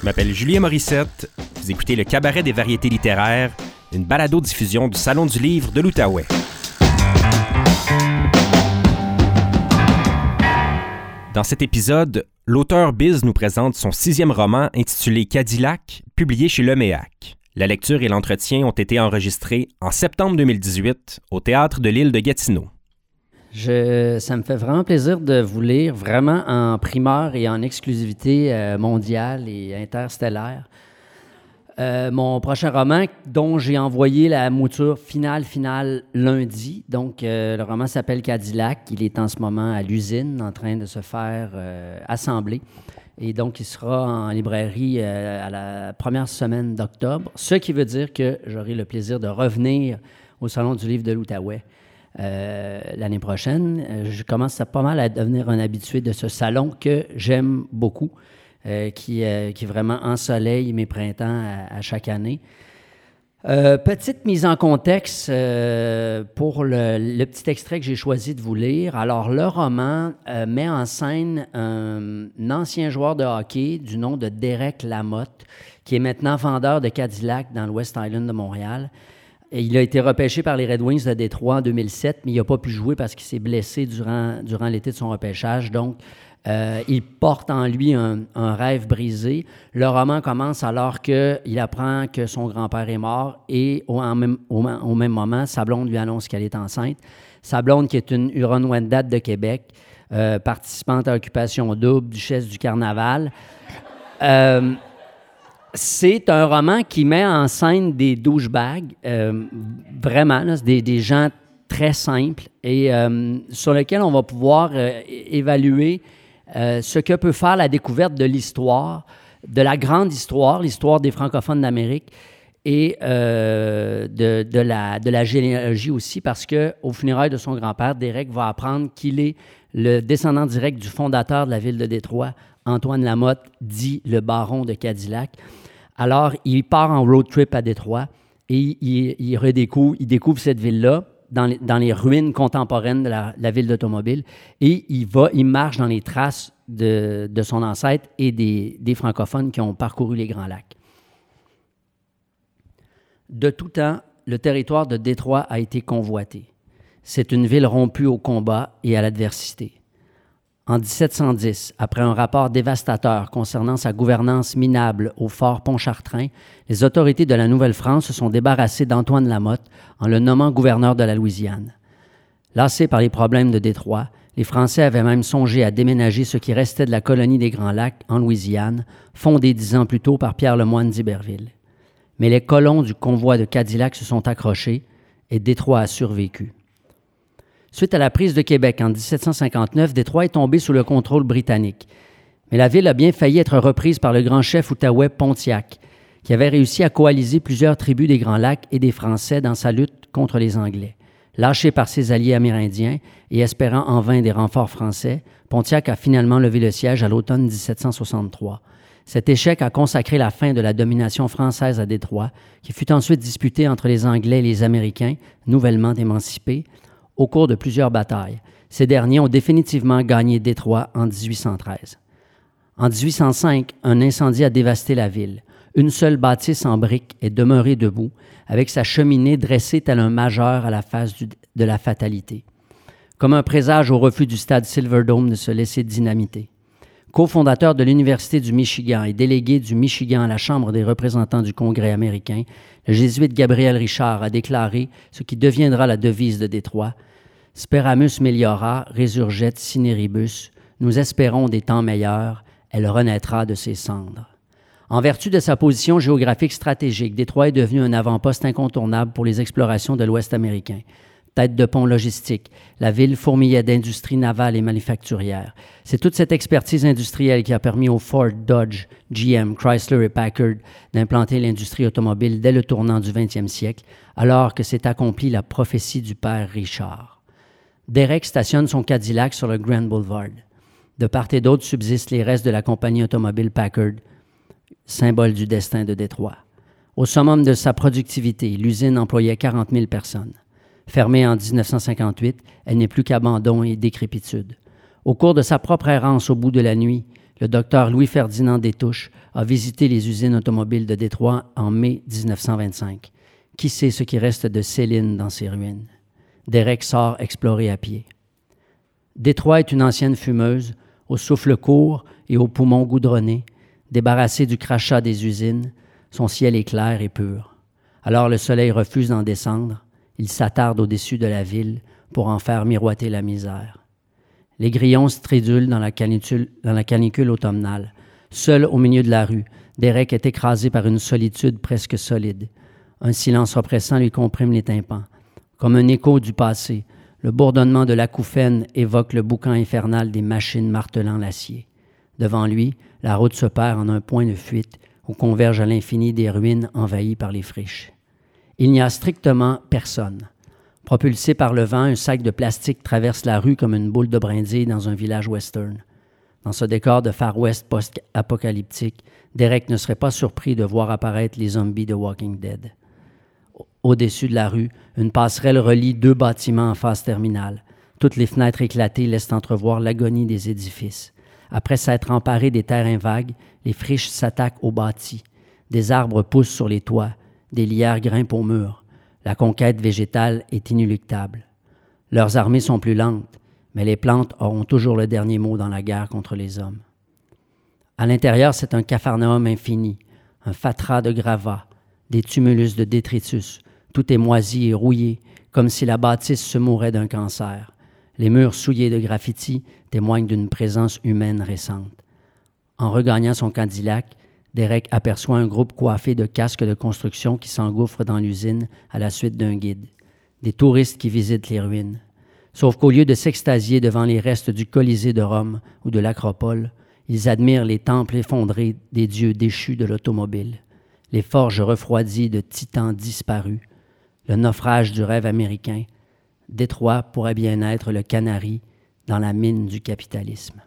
m'appelle Julien Morissette. Vous écoutez le Cabaret des variétés littéraires, une balado-diffusion du Salon du livre de l'Outaouais. Dans cet épisode, l'auteur Biz nous présente son 6e roman intitulé Cadillac, publié chez Leméac. La lecture et l'entretien ont été enregistrés en septembre 2018 au Théâtre de l'Île de Gatineau. Ça me fait vraiment plaisir de vous lire vraiment en primeur et en exclusivité mondiale et interstellaire. Mon prochain roman, dont j'ai envoyé la mouture finale lundi. Donc, le roman s'appelle Cadillac. Il est en ce moment à l'usine, en train de se faire assembler. Et donc, il sera en librairie à la première semaine d'octobre. Ce qui veut dire que j'aurai le plaisir de revenir au Salon du livre de l'Outaouais l'année prochaine. Je commence pas mal à devenir un habitué de ce salon que j'aime beaucoup. Qui vraiment ensoleille mes printemps à chaque année. Petite mise en contexte pour le petit extrait que j'ai choisi de vous lire. Alors, le roman met en scène un ancien joueur de hockey du nom de Derek Lamotte, qui est maintenant vendeur de Cadillac dans le West Island de Montréal. Et il a été repêché par les Red Wings de Détroit en 2007, mais il n'a pas pu jouer parce qu'il s'est blessé durant l'été de son repêchage. Donc, il porte en lui un rêve brisé. Le roman commence alors qu'il apprend que son grand-père est mort et au même moment, sa blonde lui annonce qu'elle est enceinte. Sa blonde, qui est une Huron-Wendat de Québec, participante à Occupation double, duchesse du Carnaval. C'est un roman qui met en scène des douchebags, vraiment, là, des gens très simples et sur lesquels on va pouvoir évaluer ce que peut faire la découverte de l'histoire, de la grande histoire, l'histoire des francophones d'Amérique et de la généalogie aussi, parce qu'au funérailles de son grand-père, Derek va apprendre qu'il est le descendant direct du fondateur de la ville de Détroit, Antoine Lamotte, dit le baron de Cadillac. Alors, il part en road trip à Détroit et il découvre cette ville-là, dans les ruines contemporaines de la ville d'automobile, et il marche dans les traces de son ancêtre et des francophones qui ont parcouru les Grands Lacs. De tout temps, le territoire de Détroit a été convoité. C'est une ville rompue au combat et à l'adversité. En 1710, après un rapport dévastateur concernant sa gouvernance minable au fort Pontchartrain, les autorités de la Nouvelle-France se sont débarrassées d'Antoine Lamotte en le nommant gouverneur de la Louisiane. Lassés par les problèmes de Détroit, les Français avaient même songé à déménager ce qui restait de la colonie des Grands Lacs en Louisiane, fondée 10 ans plus tôt par Pierre Lemoine d'Iberville. Mais les colons du convoi de Cadillac se sont accrochés et Détroit a survécu. Suite à la prise de Québec en 1759, Détroit est tombé sous le contrôle britannique. Mais la ville a bien failli être reprise par le grand chef outaouais Pontiac, qui avait réussi à coaliser plusieurs tribus des Grands Lacs et des Français dans sa lutte contre les Anglais. Lâché par ses alliés amérindiens et espérant en vain des renforts français, Pontiac a finalement levé le siège à l'automne 1763. Cet échec a consacré la fin de la domination française à Détroit, qui fut ensuite disputée entre les Anglais et les Américains, nouvellement émancipés, au cours de plusieurs batailles. Ces derniers ont définitivement gagné Détroit en 1813. En 1805, un incendie a dévasté la ville. Une seule bâtisse en briques est demeurée debout, avec sa cheminée dressée tel un majeur à la face de la fatalité. Comme un présage au refus du stade Silverdome de se laisser dynamiter. Co-fondateur de l'Université du Michigan et délégué du Michigan à la Chambre des représentants du Congrès américain, le jésuite Gabriel Richard a déclaré ce qui deviendra la devise de Détroit: « Speramus meliora, resurget cineribus, nous espérons des temps meilleurs, elle renaîtra de ses cendres. » En vertu de sa position géographique stratégique, Détroit est devenu un avant-poste incontournable pour les explorations de l'Ouest américain. Tête de pont logistique, la ville fourmillait d'industries navales et manufacturières. C'est toute cette expertise industrielle qui a permis aux Ford, Dodge, GM, Chrysler et Packard d'implanter l'industrie automobile dès le tournant du 20e siècle, alors que s'est accomplie la prophétie du père Richard. Derek stationne son Cadillac sur le Grand Boulevard. De part et d'autre subsistent les restes de la compagnie automobile Packard, symbole du destin de Détroit. Au summum de sa productivité, l'usine employait 40 000 personnes. Fermée en 1958, elle n'est plus qu'abandon et décrépitude. Au cours de sa propre errance au bout de la nuit, le docteur Louis-Ferdinand Détouche a visité les usines automobiles de Détroit en mai 1925. Qui sait ce qui reste de Céline dans ces ruines? Derek sort explorer à pied. Détroit est une ancienne fumeuse, au souffle court et aux poumons goudronnés, débarrassée du crachat des usines, son ciel est clair et pur. Alors le soleil refuse d'en descendre, il s'attarde au-dessus de la ville pour en faire miroiter la misère. Les grillons stridulent dans la canicule automnale. Seul au milieu de la rue, Derek est écrasé par une solitude presque solide. Un silence oppressant lui comprime les tympans. Comme un écho du passé, le bourdonnement de l'acouphène évoque le boucan infernal des machines martelant l'acier. Devant lui, la route se perd en un point de fuite où convergent à l'infini des ruines envahies par les friches. Il n'y a strictement personne. Propulsé par le vent, un sac de plastique traverse la rue comme une boule de brindilles dans un village western. Dans ce décor de Far West post-apocalyptique, Derek ne serait pas surpris de voir apparaître les zombies de Walking Dead. Au-dessus de la rue, une passerelle relie deux bâtiments en phase terminale. Toutes les fenêtres éclatées laissent entrevoir l'agonie des édifices. Après s'être emparés des terrains vagues, les friches s'attaquent aux bâtis. Des arbres poussent sur les toits, des lierres grimpent aux murs. La conquête végétale est inéluctable. Leurs armées sont plus lentes, mais les plantes auront toujours le dernier mot dans la guerre contre les hommes. À l'intérieur, c'est un capharnaüm infini, un fatras de gravats, des tumulus de détritus. Tout est moisi et rouillé, comme si la bâtisse se mourait d'un cancer. Les murs souillés de graffitis témoignent d'une présence humaine récente. En regagnant son Cadillac, Derek aperçoit un groupe coiffé de casques de construction qui s'engouffre dans l'usine à la suite d'un guide. Des touristes qui visitent les ruines. Sauf qu'au lieu de s'extasier devant les restes du Colisée de Rome ou de l'Acropole, ils admirent les temples effondrés des dieux déchus de l'automobile, les forges refroidies de titans disparus, le naufrage du rêve américain. Détroit pourrait bien être le canari dans la mine du capitalisme.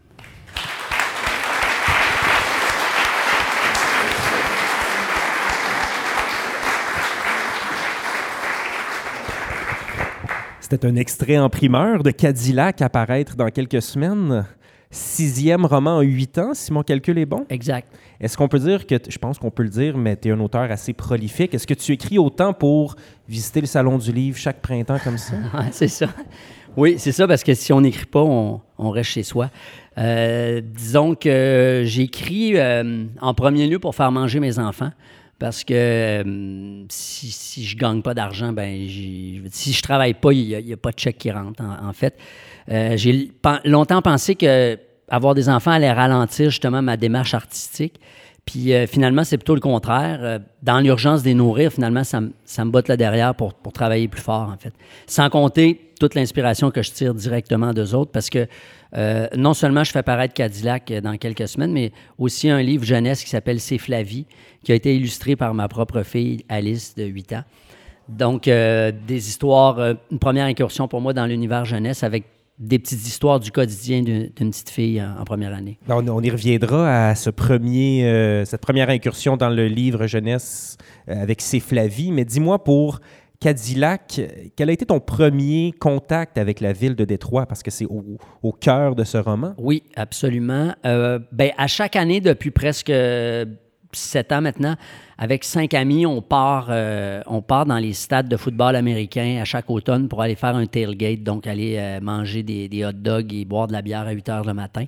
C'était un extrait en primeur de Cadillac à paraître dans quelques semaines. 6e roman en 8 ans, si mon calcul est bon. Exact. Est-ce qu'on peut dire que, je pense qu'on peut le dire, mais tu es un auteur assez prolifique. Est-ce que tu écris autant pour visiter le Salon du Livre chaque printemps comme ça? C'est ça. Oui, c'est ça, parce que si on n'écrit pas, on reste chez soi. Disons que j'écris en premier lieu pour faire manger mes enfants. Parce que si je gagne pas d'argent, si je travaille pas, il y a pas de chèque qui rentre, en fait. J'ai longtemps pensé que avoir des enfants allait ralentir justement ma démarche artistique. Puis finalement, c'est plutôt le contraire. Dans l'urgence des nourrir, finalement, ça me botte là derrière pour travailler plus fort, en fait. Sans compter toute l'inspiration que je tire directement d'eux autres, parce que non seulement je fais paraître Cadillac dans quelques semaines, mais aussi un livre jeunesse qui s'appelle « C'est Flavie », qui a été illustré par ma propre fille, Alice, de 8 ans. Donc, des histoires, une première incursion pour moi dans l'univers jeunesse avec des petites histoires du quotidien d'une petite fille en première année. On y reviendra à cette première incursion dans le livre jeunesse avec C'est Flavie, mais dis-moi pour Cadillac, quel a été ton premier contact avec la ville de Détroit? Parce que c'est au cœur de ce roman. Oui, absolument. À chaque année, depuis presque 7 ans maintenant, avec 5 amis, on part dans les stades de football américains à chaque automne pour aller faire un tailgate, donc aller manger des hot dogs et boire de la bière à 8 heures le matin,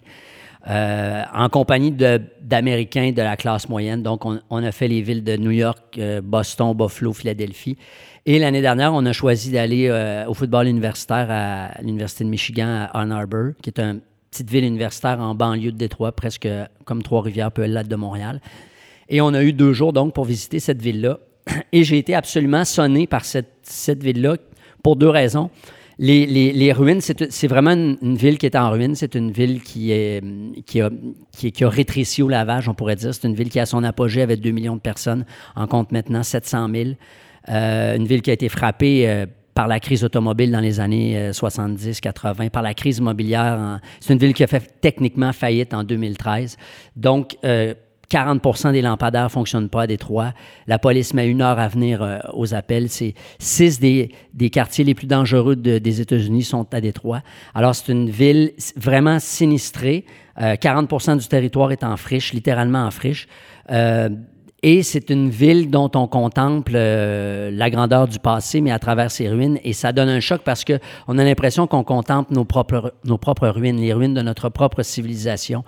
en compagnie d'Américains de la classe moyenne. Donc, on a fait les villes de New York, Boston, Buffalo, Philadelphie. Et l'année dernière, on a choisi d'aller au football universitaire à l'Université de Michigan à Ann Arbor, qui est une petite ville universitaire en banlieue de Détroit, presque comme Trois-Rivières, peu latte de Montréal. Et on a eu 2 jours, donc, pour visiter cette ville-là. Et j'ai été absolument sonné par cette ville-là pour 2 raisons. Les ruines, c'est vraiment une ville qui est en ruine. C'est une ville qui a rétréci au lavage, on pourrait dire. C'est une ville qui, à son apogée, avait 2 millions de personnes, en compte maintenant 700 000. Une ville qui a été frappée par la crise automobile dans les années 70-80, par la crise immobilière. C'est une ville qui a fait techniquement faillite en 2013. Donc, 40% des lampadaires ne fonctionnent pas à Détroit. La police met 1 heure à venir aux appels. 6 des quartiers les plus dangereux des États-Unis sont à Détroit. Alors, c'est une ville vraiment sinistrée. 40% du territoire est en friche, littéralement en friche. Et c'est une ville dont on contemple la grandeur du passé, mais à travers ses ruines. Et ça donne un choc parce qu'on a l'impression qu'on contemple nos propres ruines, les ruines de notre propre civilisation,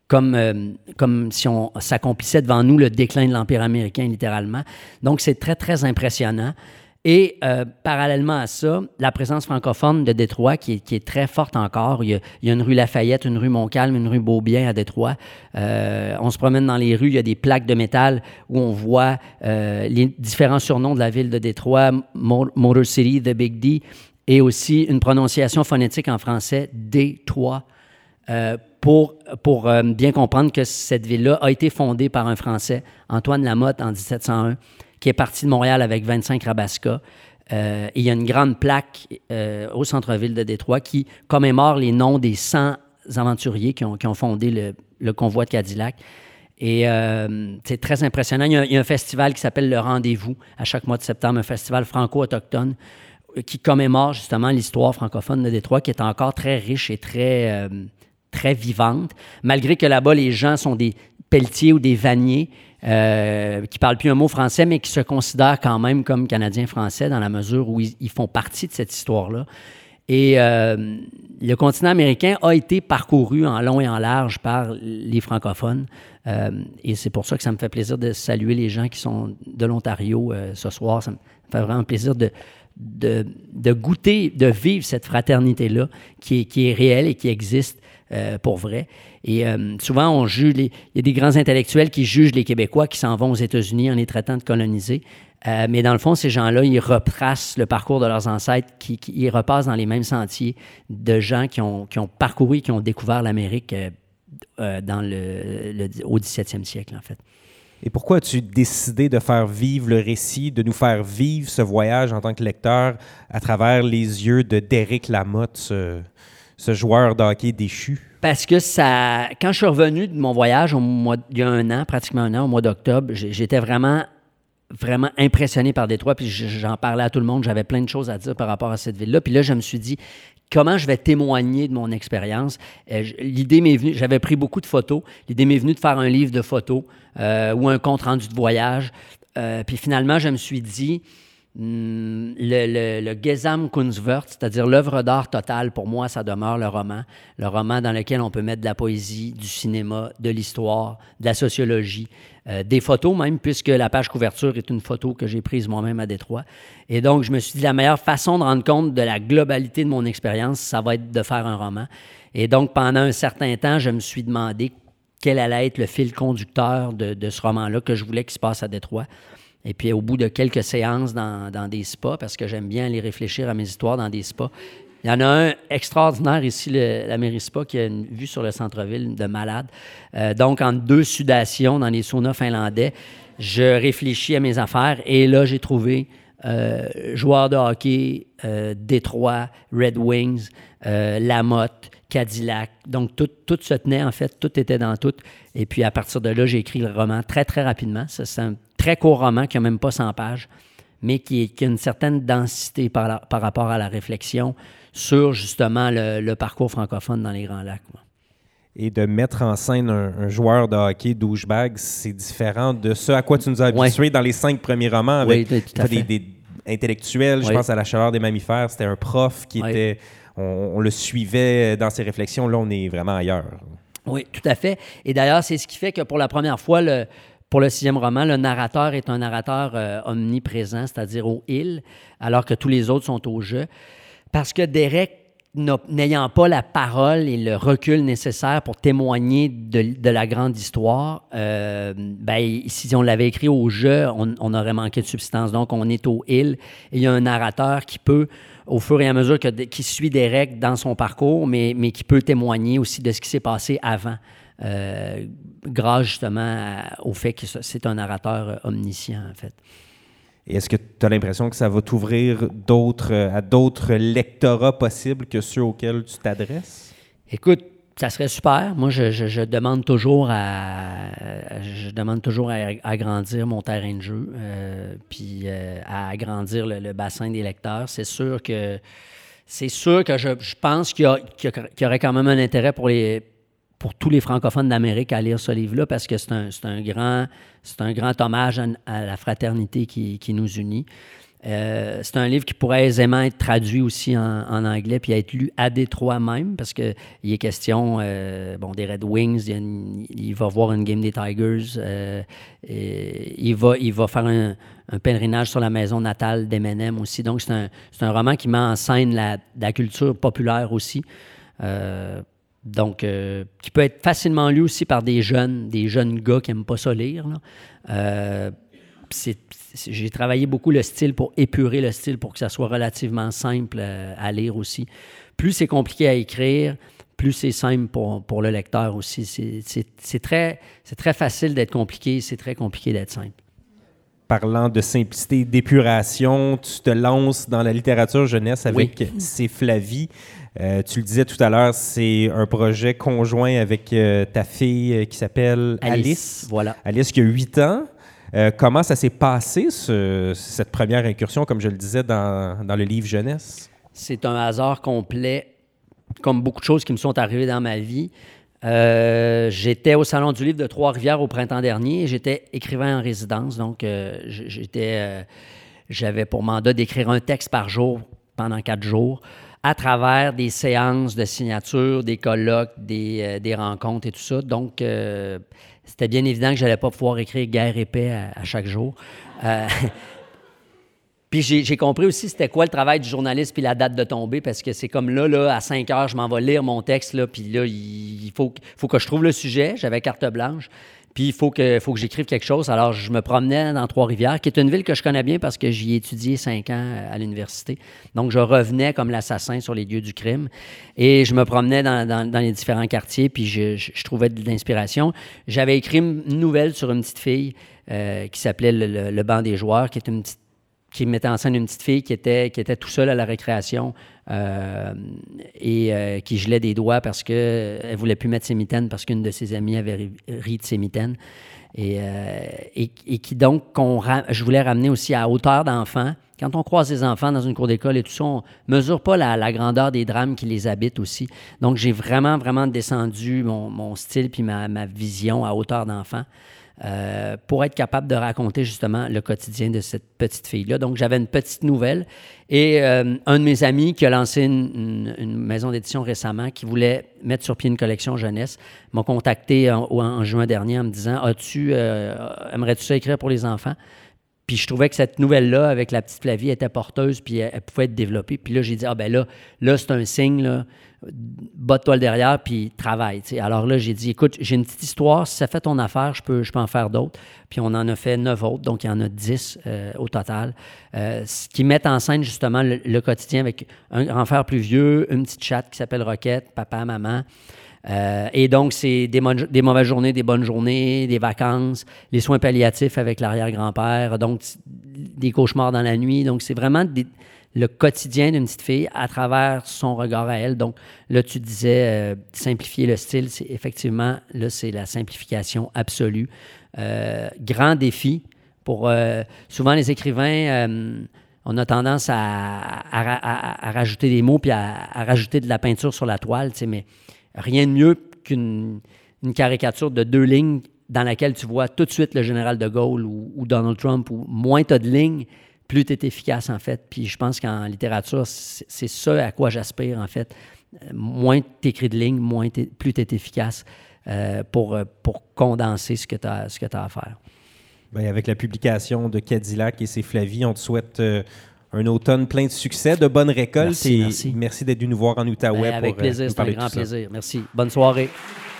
comme si on s'accomplissait devant nous le déclin de l'Empire américain, littéralement. Donc, c'est très, très impressionnant. Et parallèlement à ça, la présence francophone de Détroit, qui est très forte encore. Il y a une rue Lafayette, une rue Montcalm, une rue Beaubien à Détroit. On se promène dans les rues, il y a des plaques de métal où on voit les différents surnoms de la ville de Détroit, Motor City, The Big D, et aussi une prononciation phonétique en français, Détroit, pour bien comprendre que cette ville-là a été fondée par un Français, Antoine Lamotte, en 1701, qui est parti de Montréal avec 25 Rabasca. Et il y a une grande plaque au centre-ville de Détroit qui commémore les noms des 100 aventuriers qui ont fondé le convoi de Cadillac. Et c'est très impressionnant. Il y a un festival qui s'appelle Le Rendez-vous, à chaque mois de septembre, un festival franco-autochtone qui commémore justement l'histoire francophone de Détroit, qui est encore très riche et très, très vivante, malgré que là-bas, les gens sont des pelletiers ou des vanniers, qui ne parlent plus un mot français, mais qui se considèrent quand même comme Canadiens-Français dans la mesure où ils font partie de cette histoire-là. Et le continent américain a été parcouru en long et en large par les francophones. Et c'est pour ça que ça me fait plaisir de saluer les gens qui sont de l'Ontario ce soir. Ça me fait vraiment plaisir de goûter, de vivre cette fraternité-là qui est réelle et qui existe pour vrai. Et souvent, on juge il y a des grands intellectuels qui jugent les Québécois qui s'en vont aux États-Unis en les traitant de colonisés. Mais dans le fond, ces gens-là, ils retracent le parcours de leurs ancêtres, ils repassent dans les mêmes sentiers de gens qui ont parcouru, qui ont découvert l'Amérique au 17e siècle, en fait. Et pourquoi as-tu décidé de faire vivre le récit, de nous faire vivre ce voyage en tant que lecteur à travers les yeux de Derek Lamotte, ce joueur de hockey déchu? Parce que quand je suis revenu de mon voyage il y a pratiquement un an, au mois d'octobre, j'étais vraiment impressionné par Détroit, puis j'en parlais à tout le monde, j'avais plein de choses à dire par rapport à cette ville-là. Puis là, je me suis dit, comment je vais témoigner de mon expérience? L'idée m'est venue, j'avais pris beaucoup de photos, l'idée m'est venue de faire un livre de photos ou un compte-rendu de voyage. Puis finalement, je me suis dit, le Gesamtkunstwerk, c'est-à-dire l'œuvre d'art totale, pour moi, ça demeure le roman dans lequel on peut mettre de la poésie, du cinéma, de l'histoire, de la sociologie, des photos même, puisque la page couverture est une photo que j'ai prise moi-même à Détroit. Et donc, je me suis dit, la meilleure façon de rendre compte de la globalité de mon expérience, ça va être de faire un roman. Et donc, pendant un certain temps, je me suis demandé quel allait être le fil conducteur de ce roman-là que je voulais qu'il se passe à Détroit. Et puis, au bout de quelques séances dans des spas, parce que j'aime bien aller réfléchir à mes histoires dans des spas, il y en a un extraordinaire ici, la Mairie Spa, qui a une vue sur le centre-ville de malade. Donc, en 2 sudations dans les saunas finlandais, je réfléchis à mes affaires et là, j'ai trouvé joueurs de hockey, Détroit, Red Wings, Lamotte, Cadillac. Donc, tout se tenait, en fait. Tout était dans tout. Et puis, à partir de là, j'ai écrit le roman très, très rapidement. C'est un très court roman qui n'a même pas 100 pages, mais qui a une certaine densité par rapport à la réflexion sur, justement, le parcours francophone dans les Grands Lacs. Et de mettre en scène un joueur de hockey douchebag, c'est différent de ce à quoi tu nous as habitués dans les 5 premiers romans avec des intellectuels. Je pense à La chaleur des mammifères. C'était un prof qui était... On le suivait dans ses réflexions. Là, on est vraiment ailleurs. Oui, tout à fait. Et d'ailleurs, c'est ce qui fait que pour la première fois, pour le 6e roman, le narrateur est un narrateur omniprésent, c'est-à-dire aux îles, alors que tous les autres sont au jeu. Parce que Derek, n'ayant pas la parole et le recul nécessaire pour témoigner de la grande histoire, si on l'avait écrit au jeu, on aurait manqué de substance. Donc, on est aux îles et il y a un narrateur qui peut, au fur et à mesure qui suit Derek dans son parcours, mais qui peut témoigner aussi de ce qui s'est passé avant, grâce justement au fait que c'est un narrateur omniscient, en fait. Et est-ce que tu as l'impression que ça va t'ouvrir à d'autres lectorats possibles que ceux auxquels tu t'adresses? Écoute, Ça serait super. Moi, je demande toujours à agrandir mon terrain de jeu, puis à agrandir le bassin des lecteurs. C'est sûr que je pense qu'il y aurait quand même un intérêt pour tous les francophones d'Amérique à lire ce livre-là, parce que c'est un grand hommage à la fraternité qui nous unit. C'est un livre qui pourrait aisément être traduit aussi en anglais puis être lu à Détroit même, parce qu'il est question des Red Wings, il va voir une game des Tigers, il va faire un pèlerinage sur la maison natale d'Eminem aussi. Donc, c'est un roman qui met en scène la culture populaire aussi. Qui peut être facilement lu aussi par des jeunes gars qui n'aiment pas ça lire, là. J'ai travaillé beaucoup le style pour épurer le style pour que ça soit relativement simple à lire aussi. Plus c'est compliqué à écrire, plus c'est simple pour le lecteur aussi. C'est très facile d'être compliqué, c'est très compliqué d'être simple. Parlant de simplicité, d'épuration, tu te lances dans la littérature jeunesse avec C'est Flavie. Tu le disais tout à l'heure, c'est un projet conjoint avec ta fille qui s'appelle Alice. Voilà. Alice qui a 8 ans. Comment ça s'est passé, cette première incursion, comme je le disais, dans le livre jeunesse? C'est un hasard complet, comme beaucoup de choses qui me sont arrivées dans ma vie. J'étais au Salon du livre de Trois-Rivières au printemps dernier et j'étais écrivain en résidence. Donc, j'avais pour mandat d'écrire un texte par jour pendant 4 jours à travers des séances de signature, des colloques, des rencontres et tout ça. Donc, c'était bien évident que je n'allais pas pouvoir écrire guerre et paix à chaque jour. Puis j'ai compris aussi c'était quoi le travail du journaliste puis la date de tombée, parce que c'est comme là, à 5 heures, je m'en vais lire mon texte, là, puis là, il faut que je trouve le sujet. J'avais carte blanche. Puis il faut que j'écrive quelque chose. Alors, je me promenais dans Trois-Rivières, qui est une ville que je connais bien parce que j'y ai étudié 5 ans à l'université. Donc, je revenais comme l'assassin sur les lieux du crime. Et je me promenais dans les différents quartiers, puis je trouvais de l'inspiration. J'avais écrit une nouvelle sur une petite fille qui s'appelait Le banc des joueurs, qui mettait en scène une petite fille qui était tout seule à la récréation et qui gelait des doigts parce qu'elle ne voulait plus mettre ses mitaines parce qu'une de ses amies avait ri de ses mitaines. Et qui donc, je voulais ramener aussi à hauteur d'enfants. Quand on croise des enfants dans une cour d'école et tout ça, on ne mesure pas la grandeur des drames qui les habitent aussi. Donc, j'ai vraiment, vraiment descendu mon style puis ma vision à hauteur d'enfant. Pour être capable de raconter justement le quotidien de cette petite fille-là. Donc, j'avais une petite nouvelle et un de mes amis qui a lancé une maison d'édition récemment qui voulait mettre sur pied une collection jeunesse m'a contacté en juin dernier en me disant « aimerais-tu ça écrire pour les enfants? » Puis je trouvais que cette nouvelle-là, avec la petite Flavie, était porteuse, puis elle pouvait être développée. Puis là, j'ai dit, là c'est un signe, là, botte-toi le derrière, puis travaille. T'sais. Alors là, j'ai dit, écoute, j'ai une petite histoire, si ça fait ton affaire, je peux en faire d'autres. Puis on en a fait 9 autres, donc il y en a 10 au total, qui mettent en scène justement le quotidien avec un grand frère plus vieux, une petite chatte qui s'appelle Roquette, papa, maman. Et donc, c'est des mauvaises journées, des bonnes journées, des vacances, les soins palliatifs avec l'arrière-grand-père, donc des cauchemars dans la nuit. Donc, c'est vraiment le quotidien d'une petite fille à travers son regard à elle. Donc, là, tu disais simplifier le style. C'est effectivement, là, c'est la simplification absolue. Grand défi pour... souvent, les écrivains... on a tendance à rajouter des mots puis à rajouter de la peinture sur la toile, tu sais, mais rien de mieux qu'une caricature de 2 lignes dans laquelle tu vois tout de suite le général de Gaulle ou Donald Trump, ou moins tu as de lignes, plus tu es efficace, en fait. Puis je pense qu'en littérature, c'est ça à quoi j'aspire, en fait. Moins tu écris de lignes, plus tu es efficace pour condenser ce que tu as à faire. Bien, avec la publication de Cadillac et C'est Flavie, on te souhaite... un automne plein de succès, de bonnes récoltes. Merci d'être venu nous voir en Outaouais. Avec plaisir, c'est un grand plaisir. Merci. Bonne soirée.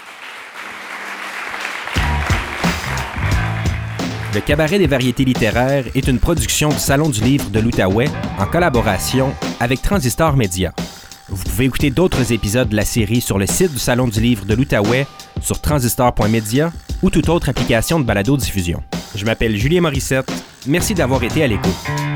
Le Cabaret des variétés littéraires est une production du Salon du livre de l'Outaouais en collaboration avec Transistor Média. Vous pouvez écouter d'autres épisodes de la série sur le site du Salon du livre de l'Outaouais, sur transistor.media ou toute autre application de balado-diffusion. Je m'appelle Julien Morissette. Merci d'avoir été à l'écoute.